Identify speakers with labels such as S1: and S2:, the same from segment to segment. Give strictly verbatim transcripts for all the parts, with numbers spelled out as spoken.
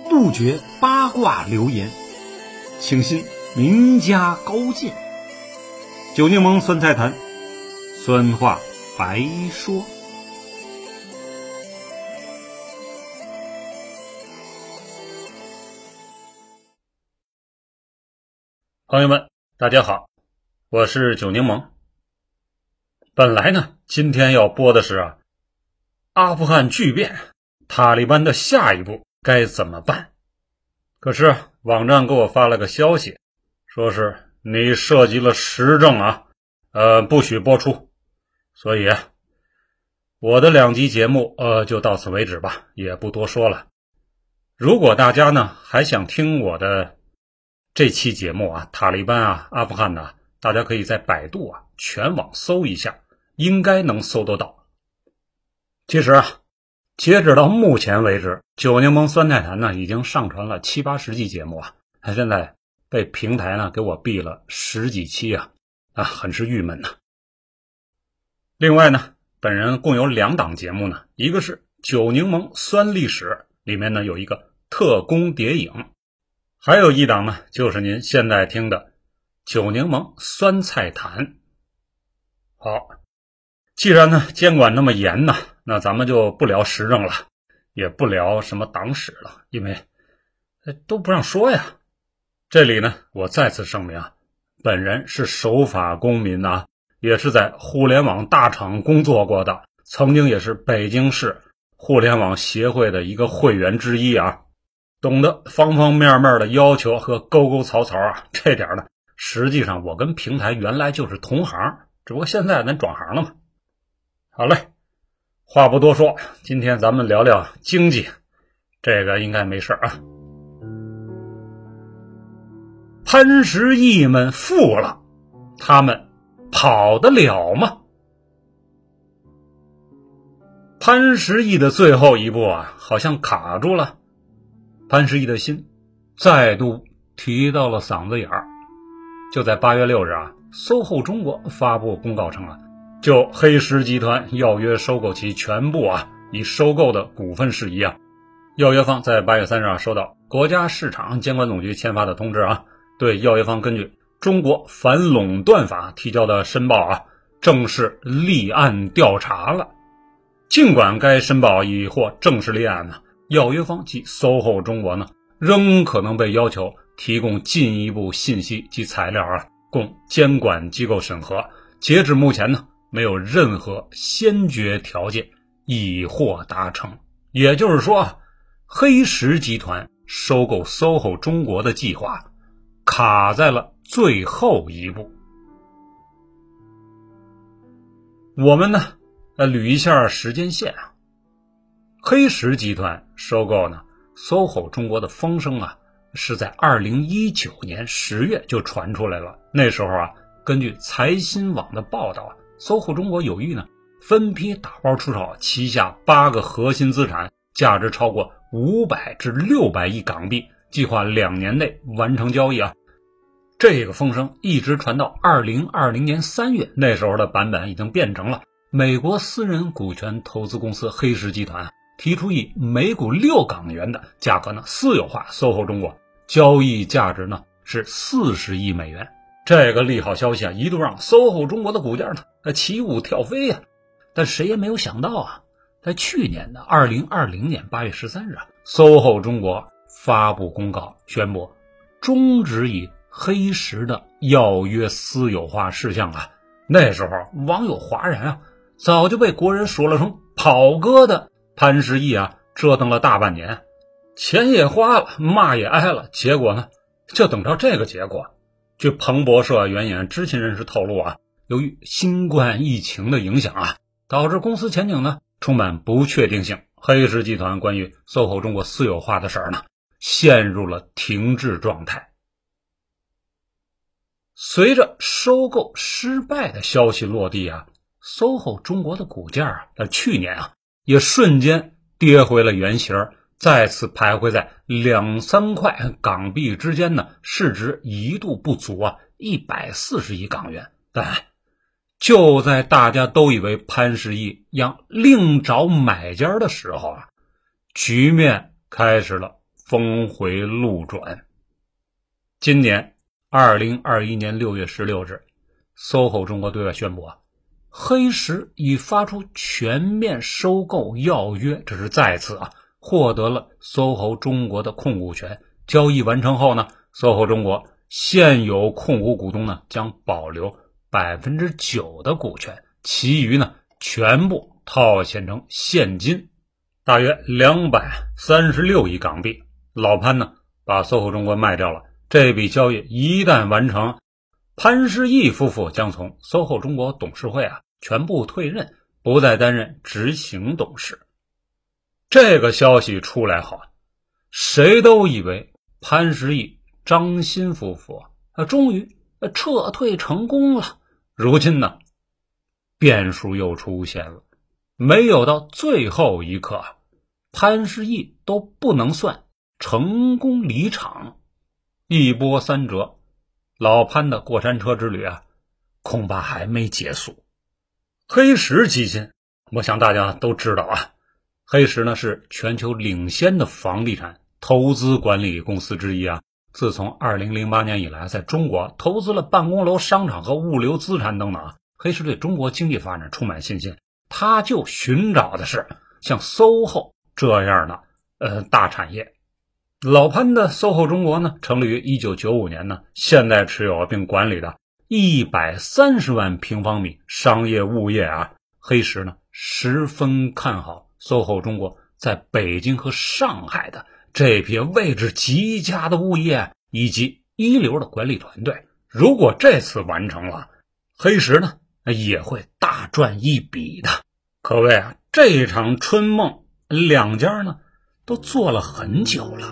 S1: 杜绝八卦流言，请信名家高见。九柠檬酸菜坛，酸话白说。朋友们大家好，我是九柠檬。本来呢今天要播的是啊，阿富汗巨变，塔利班的下一步该怎么办？可是网站给我发了个消息，说是你涉及了时政啊，呃，不许播出。所以我的两集节目呃就到此为止吧，也不多说了。如果大家呢还想听我的这期节目啊，塔利班啊，阿富汗呢、啊，大家可以在百度啊全网搜一下，应该能搜得到。其实啊，截止到目前为止，九柠檬酸菜坛呢已经上传了七八十期节目啊，他现在被平台呢给我毙了十几期啊，啊，很是郁闷呐、啊。另外呢，本人共有两档节目呢，一个是九柠檬酸历史，里面呢有一个特工谍影，还有一档呢就是您现在听的九柠檬酸菜坛。好，既然呢监管那么严呢，那咱们就不聊时政了，也不聊什么党史了，因为都不让说呀。这里呢我再次声明啊，本人是守法公民啊，也是在互联网大厂工作过的，曾经也是北京市互联网协会的一个会员之一啊，懂得方方面面的要求和沟沟槽槽啊，这点呢实际上我跟平台原来就是同行，只不过现在咱转行了嘛。好嘞，话不多说，今天咱们聊聊经济，这个应该没事啊。潘石屹们富了，他们跑得了吗？潘石屹的最后一步啊，好像卡住了。潘石屹的心再度提到了嗓子眼儿。就在八月六日啊，搜后中国发布公告称啊，就黑石集团要约收购其全部啊已收购的股份事宜啊，要约方在八月三日啊收到国家市场监管总局签发的通知啊，对要约方根据中国反垄断法提交的申报啊，正式立案调查了。尽管该申报已获正式立案呢，要约方及搜后中国呢，仍可能被要求提供进一步信息及材料啊，供监管机构审核。截至目前呢，没有任何先决条件已获达成。也就是说，黑石集团收购搜后中国的计划卡在了最后一步。我们呢呃，捋一下时间线啊。黑石集团收购呢搜后中国的风声啊，是在二零一九年十月就传出来了。那时候啊，根据财新网的报道啊，搜后中国有意呢分批打包出售旗下八个核心资产，价值超过五百至六百亿港币，计划两年内完成交易啊。这个风声一直传到二零二零年三月，那时候的版本已经变成了美国私人股权投资公司黑石集团提出以每股六港元的价格呢私有化搜后中国，交易价值呢是四十亿美元。这个利好消息啊，一度让搜后中国的股价呢起舞跳飞啊。但谁也没有想到啊，在去年的二零二零年八月十三日啊，搜后中国发布公告宣布终止以黑石的要约私有化事项啊。那时候网友哗然啊，早就被国人说了成跑哥的潘石屹啊，折腾了大半年，钱也花了，骂也挨了，结果呢就等着这个结果。据彭博社援引知情人士透露啊，由于新冠疫情的影响啊，导致公司前景呢充满不确定性，黑石集团关于搜后中国私有化的事儿呢陷入了停滞状态。随着收购失败的消息落地啊，搜后中国的股价啊，在去年啊也瞬间跌回了原形，再次徘徊在两三块港币之间呢，市值一度不足啊一百四十亿港元。但就在大家都以为潘石屹要另找买家的时候啊，局面开始了峰回路转。今年二零二一年六月十六日， S O H O 中国对外宣布啊，黑石已发出全面收购要约，这是再次啊获得了 S O H O 中国的控股权。交易完成后呢， S O H O 中国现有控股股东呢将保留 百分之九 的股权，其余呢全部套现成现金，大约两百三十六亿港币。老潘呢把 S O H O 中国卖掉了，这笔交易一旦完成，潘石屹夫妇将从 S O H O 中国董事会啊全部退任，不再担任执行董事。这个消息出来后，谁都以为潘石屹、张欣夫妇啊终于撤退成功了。如今呢，变数又出现了，没有到最后一刻，潘石屹都不能算成功离场。一波三折，老潘的过山车之旅啊，恐怕还没结束。黑石基金，我想大家都知道啊，黑石呢是全球领先的房地产投资管理公司之一啊。自从二零零八年以来，在中国投资了办公楼、商场和物流资产等等啊，黑石对中国经济发展充满信心。他就寻找的是像 S O H O 这样的呃大产业。老潘的 S O H O 中国呢，成立于一九九五年呢，现在持有并管理的一百三十万平方米商业物业啊。黑石呢十分看好 S O H O 中国在北京和上海的这批位置极佳的物业以及一流的管理团队。如果这次完成了，黑石呢也会大赚一笔的。可谓啊，这场春梦两家呢都做了很久了。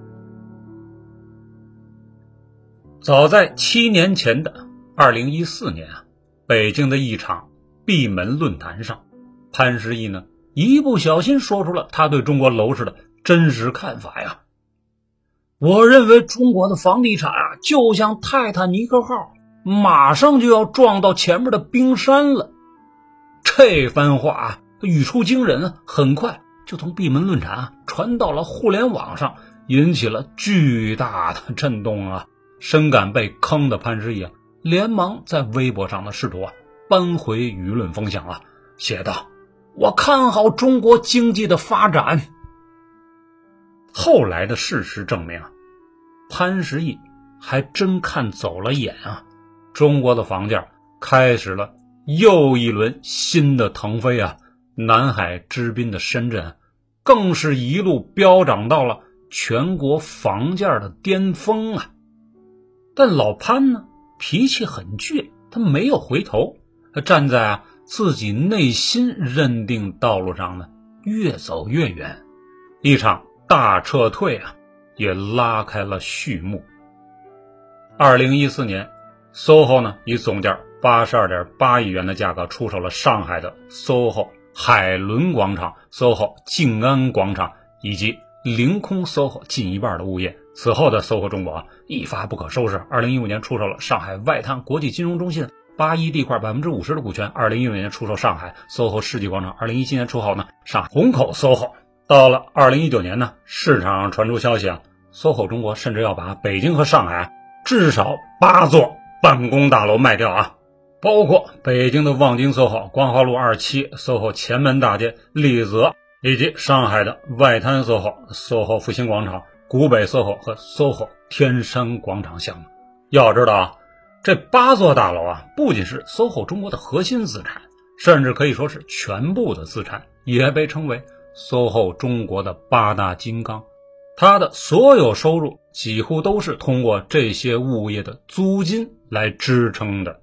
S1: 早在七年前的二零一四年啊，北京的一场闭门论坛上，潘石屹呢一不小心说出了他对中国楼市的真实看法呀。我认为中国的房地产啊，就像泰坦尼克号，马上就要撞到前面的冰山了。这番话啊，语出惊人啊，很快就从闭门论坛啊传到了互联网上，引起了巨大的震动啊。深感被坑的潘石屹啊，连忙在微博上的试图啊扳回舆论风向啊，写道：我看好中国经济的发展。后来的事实证明啊，潘石屹还真看走了眼啊，中国的房价开始了又一轮新的腾飞啊，南海之滨的深圳更是一路飙涨到了全国房价的巅峰啊。但老潘呢脾气很倔，他没有回头，他站在啊自己内心认定道路上呢越走越远，一场大撤退啊也拉开了序幕。二零一四年 S O H O 呢以总价 八十二点八亿元的价格出售了上海的 S O H O 海伦广场、 S O H O 静安广场以及凌空 S O H O 近一半的物业。此后的 S O H O 中国啊一发不可收拾，二零一五年出售了上海外滩国际金融中心八一地块 百分之五十 的股权，二零一六年出售上海 S O H O 世纪广场，二零一七年出售呢上海虹口 S O H O。 到了二零一九年呢，市场上传出消息啊 S O H O 中国甚至要把北京和上海至少八座办公大楼卖掉啊，包括北京的望京 S O H O、 光华路二期 S O H O 前门大街丽泽，以及上海的外滩 S O H O、 S O H O 复兴广场、古北 S O H O 和 S O H O 天山广场项目。要知道啊，这八座大楼啊不仅是 S O H O 中国的核心资产，甚至可以说是全部的资产，也被称为 S O H O 中国的八大金刚。它的所有收入几乎都是通过这些物业的租金来支撑的。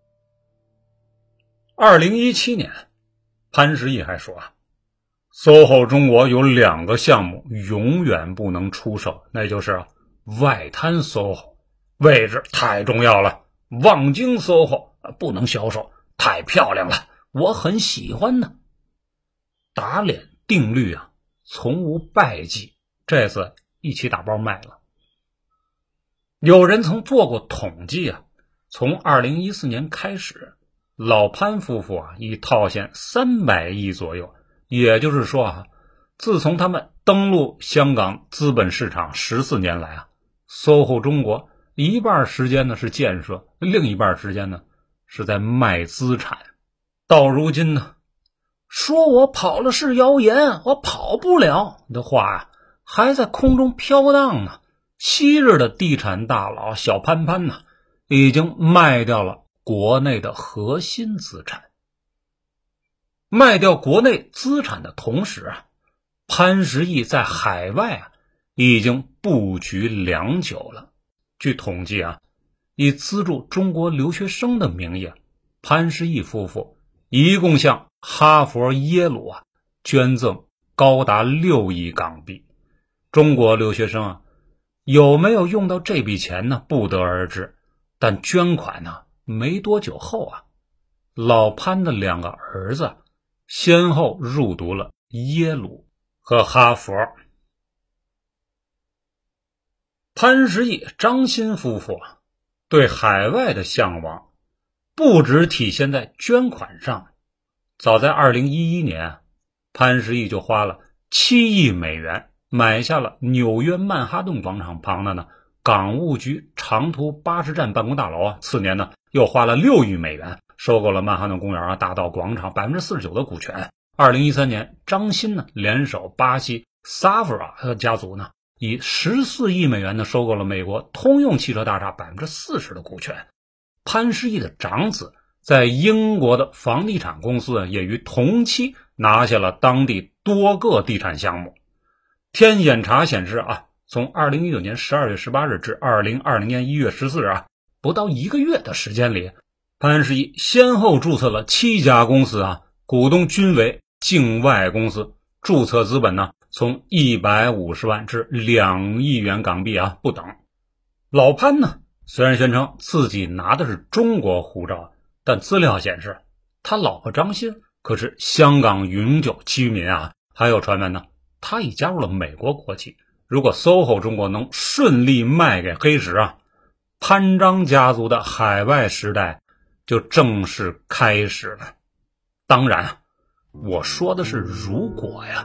S1: 二零一七年，潘石屹还说啊 S O H O 中国有两个项目永远不能出售，那就是啊外滩 S O H O 位置太重要了，望京 S O H O 不能销售，太漂亮了，我很喜欢呢。打脸定律啊从无败绩，这次一起打包卖了。有人曾做过统计啊，从二零一四年开始，老潘夫妇啊已套现三百亿左右，也就是说啊， 自从他们登陆香港资本市场十四年来啊 ，S O H O 中国一半时间呢是建设，另一半时间呢是在卖资产。到如今呢，说我跑了是谣言，我跑不了的话啊，还在空中飘荡呢。昔日的地产大佬小潘潘呢，已经卖掉了国内的核心资产。卖掉国内资产的同时啊，潘石屹在海外啊已经布局良久了。据统计啊，以资助中国留学生的名义，潘石屹夫妇一共向哈佛、耶鲁啊捐赠高达六亿港币。中国留学生啊有没有用到这笔钱呢？不得而知。但捐款呢没多久后啊，老潘的两个儿子先后入读了耶鲁和哈佛。潘石屹、张欣夫妇啊对海外的向往不只体现在捐款上。早在二零一一年，潘石屹就花了七亿美元买下了纽约曼哈顿广场旁的呢港务局长途巴士站办公大楼啊。次年呢，又花了六亿美元收购了曼哈顿公园啊大道广场 百分之四十九 的股权。二零一三年，张欣呢联手巴西 Safra 家族呢，以十四亿美元呢收购了美国通用汽车大厦 百分之四十 的股权。潘石屹的长子在英国的房地产公司也于同期拿下了当地多个地产项目。天眼查显示啊，从二零一九年十二月十八日至二零二零年一月十四日啊，不到一个月的时间里，潘石屹先后注册了七家公司啊，股东均为境外公司，注册资本呢从一百五十万至两亿元港币啊不等。老潘呢虽然宣称自己拿的是中国护照，但资料显示他老婆张欣可是香港永久居民啊。还有传闻呢，他已加入了美国国籍。如果 S O H O 中国能顺利卖给黑石啊，潘张家族的海外时代就正式开始了。当然我说的是如果呀。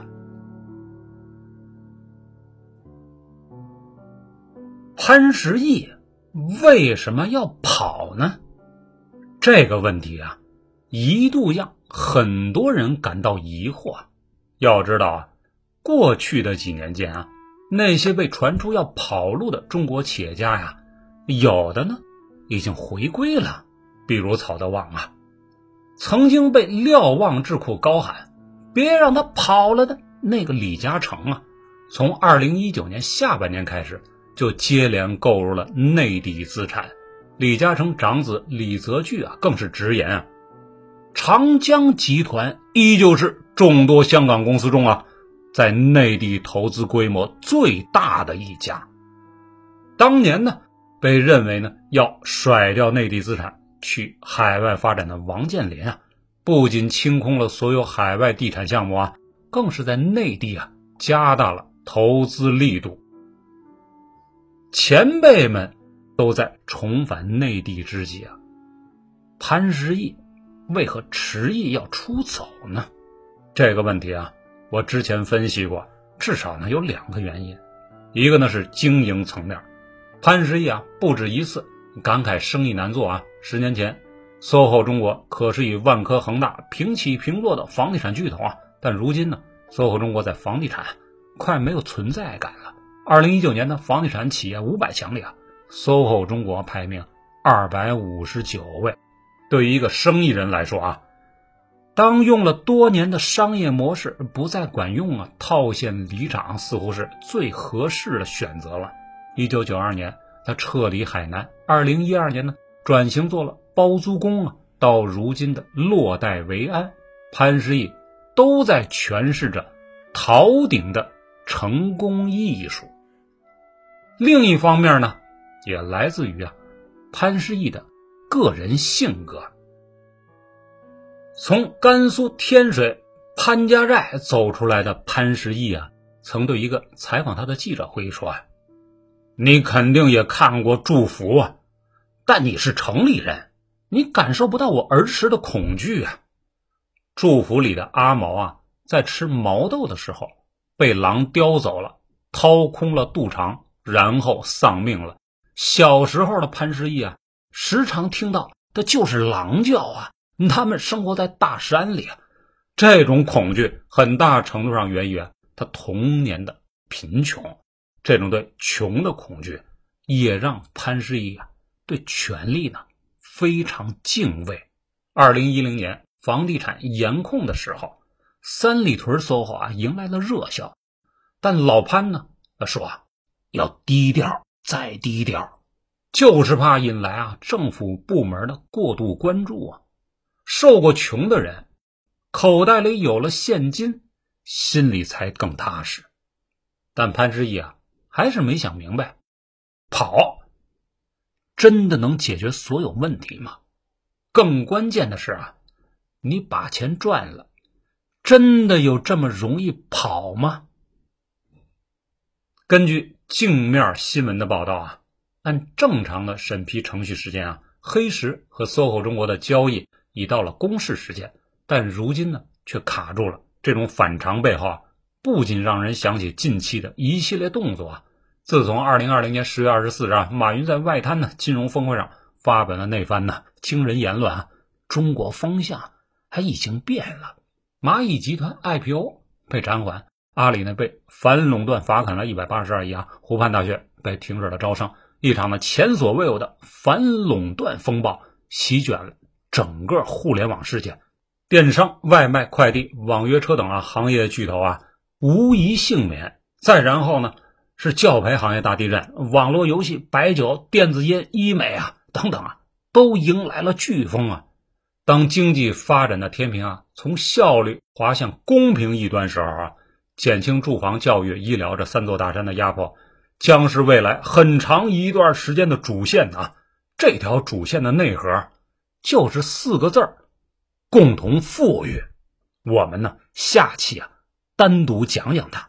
S1: 潘石屹为什么要跑呢？这个问题啊，一度让很多人感到疑惑。要知道啊，过去的几年间啊，那些被传出要跑路的中国企业家呀，有的呢已经回归了，比如曹德旺啊。曾经被瞭望智库高喊别让他跑了的那个李嘉诚啊，从二零一九年下半年开始就接连购入了内地资产。李嘉诚长子李泽钜啊更是直言啊，长江集团依旧是众多香港公司中啊在内地投资规模最大的一家。当年呢被认为呢要甩掉内地资产去海外发展的王健林啊，不仅清空了所有海外地产项目啊，更是在内地啊加大了投资力度。前辈们都在重返内地之际啊，潘石屹为何迟疑要出走呢？这个问题啊，我之前分析过，至少呢有两个原因。一个呢是经营层面，潘石屹啊不止一次感慨生意难做啊。十年前 S O H O 中国可是以万科、恒大平起平坐的房地产巨头啊，但如今呢 S O H O 中国在房地产快没有存在感了。二零一九年的房地产企业五百强里啊 S O H O 中国排名二百五十九位。对于一个生意人来说啊，当用了多年的商业模式不再管用啊，套现离场似乎是最合适的选择了。一九九二年他撤离海南，二零一二年呢转型做了包租公啊，到如今的落袋为安，潘石屹都在诠释着逃顶的成功艺术。另一方面呢，也来自于啊潘石屹的个人性格。从甘肃天水潘家寨走出来的潘石屹啊，曾对一个采访他的记者回忆说啊，你肯定也看过祝福啊，但你是城里人，你感受不到我儿时的恐惧啊。祝福里的阿毛啊，在吃毛豆的时候被狼叼走了，掏空了肚肠，然后丧命了。小时候的潘石屹啊，时常听到的就是狼叫啊，他们生活在大山里啊。这种恐惧很大程度上源于啊他童年的贫穷，这种对穷的恐惧也让潘石屹啊对权力呢非常敬畏。二零一零年房地产严控的时候，三里屯 S O H O 啊迎来了热销，但老潘呢说啊要低调再低调，就是怕引来啊政府部门的过度关注啊。受过穷的人口袋里有了现金，心里才更踏实。但潘石屹啊还是没想明白，跑真的能解决所有问题吗？更关键的是啊，你把钱赚了，真的有这么容易跑吗？根据镜面新闻的报道啊，按正常的审批程序时间啊，黑石和 S O H O 中国的交易已到了公示时间，但如今呢却卡住了。这种反常背后啊，不仅让人想起近期的一系列动作啊。自从二零二零年十月二十四日啊，马云在外滩呢金融峰会上发表了那番呢惊人言论啊，中国方向还已经变了。蚂蚁集团 I P O 被暂缓，阿里呢被反垄断罚款了一百八十二亿啊，湖畔大学被停止了招生，一场呢前所未有的反垄断风暴席卷了整个互联网世界。电商、外卖、快递、网约车等啊行业巨头啊无一幸免。再然后呢是教培行业大地震，网络游戏、白酒、电子烟、医美啊等等啊都迎来了飓风啊。当经济发展的天平啊从效率滑向公平一端时候啊，减轻住房、教育、医疗这三座大山的压迫将是未来很长一段时间的主线啊。这条主线的内核就是四个字儿：共同富裕。我们呢下期啊单独讲讲它。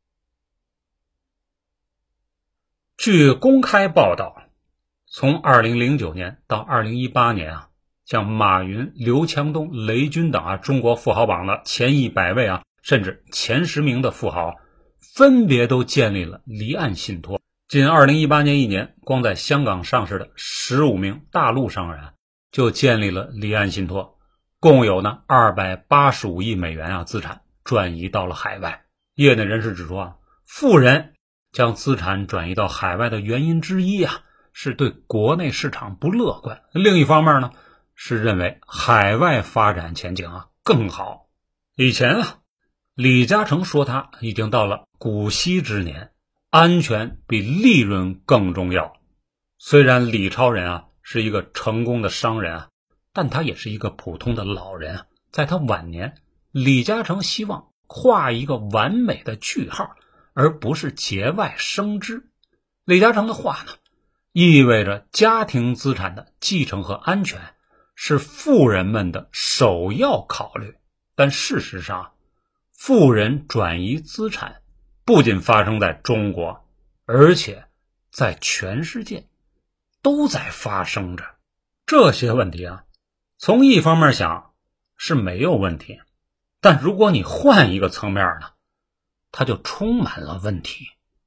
S1: 据公开报道，从二零零九年到二零一八年啊，像马云、刘强东、雷军等啊中国富豪榜的前一百位啊，甚至前十名的富豪，分别都建立了离岸信托。仅二零一八年一年，光在香港上市的十五名大陆商人就建立了离岸信托，共有呢二百八十五亿美元啊资产转移到了海外。业内人士指出啊，富人将资产转移到海外的原因之一啊，是对国内市场不乐观，另一方面呢是认为海外发展前景啊更好。以前啊，李嘉诚说他已经到了古稀之年，安全比利润更重要。虽然李超人啊是一个成功的商人啊，但他也是一个普通的老人啊。在他晚年，李嘉诚希望画一个完美的句号，而不是节外生枝。李嘉诚的话呢，意味着家庭资产的继承和安全是富人们的首要考虑。但事实上，富人转移资产不仅发生在中国，而且在全世界都在发生着。这些问题啊，从一方面想是没有问题，但如果你换一个层面呢，它就充满了问题。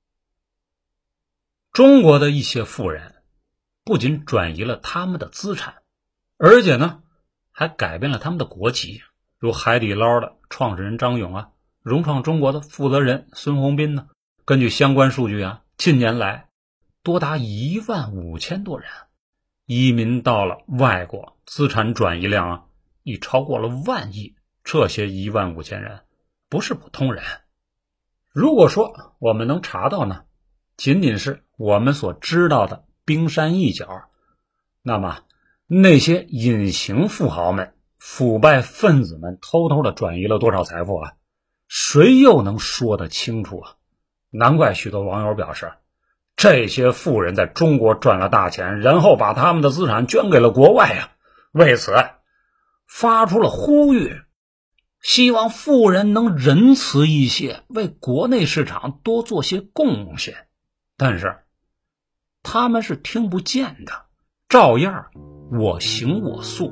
S1: 中国的一些富人不仅转移了他们的资产，而且呢还改变了他们的国籍，如海底捞的创始人张勇啊，融创中国的负责人孙宏斌呢。根据相关数据啊，近年来多达一万五千多人移民到了外国，资产转移量啊已超过了万亿。这些一万五千人不是普通人。如果说我们能查到呢，仅仅是我们所知道的冰山一角，那么那些隐形富豪们、腐败分子们偷偷的转移了多少财富啊？谁又能说得清楚啊？难怪许多网友表示，这些富人在中国赚了大钱，然后把他们的资产捐给了国外啊。为此发出了呼吁，希望富人能仁慈一些，为国内市场多做些贡献。但是他们是听不见的，照样我行我素。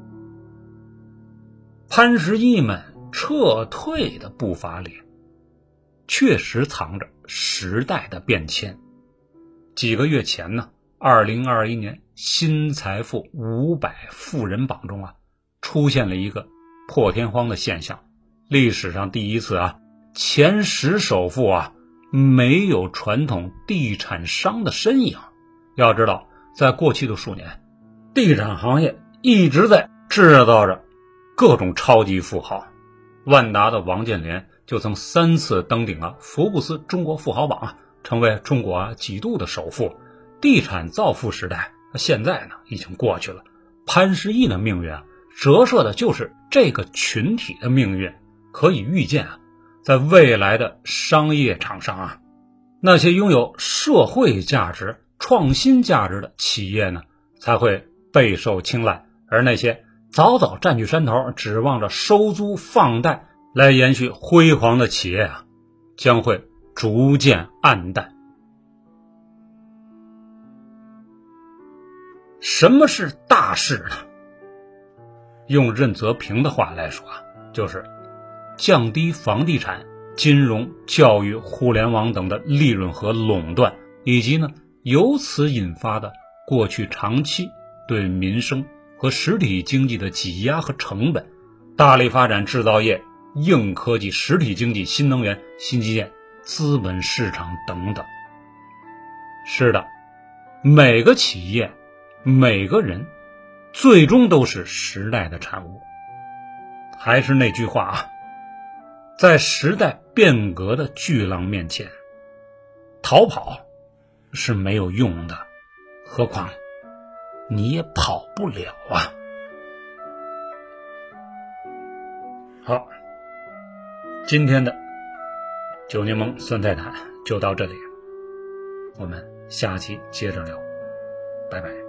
S1: 潘石屹们撤退的步伐里确实藏着时代的变迁。几个月前呢，二零二一年新财富五百富人榜中啊，出现了一个破天荒的现象，历史上第一次啊，前十首富啊没有传统地产商的身影。要知道，在过去的数年，地产行业一直在制造着各种超级富豪。万达的王健林就曾三次登顶了福布斯中国富豪榜啊，成为中国啊几度的首富。地产造富时代现在呢已经过去了，潘石屹的命运啊折射的就是这个群体的命运。可以预见啊，在未来的商业场上啊，那些拥有社会价值、创新价值的企业呢才会备受青睐，而那些早早占据山头，指望着收租放贷来延续辉煌的企业啊，将会逐渐暗淡。什么是大势呢？用任泽平的话来说啊，就是降低房地产、金融、教育、互联网等的利润和垄断，以及呢由此引发的过去长期对民生和实体经济的挤压和成本，大力发展制造业、硬科技、实体经济、新能源、新基建、资本市场等等。是的，每个企业、每个人最终都是时代的产物。还是那句话啊，在时代变革的巨浪面前，逃跑是没有用的，何况你也跑不了啊。好，今天的九柠檬酸菜坛就到这里，我们下期接着聊，拜拜。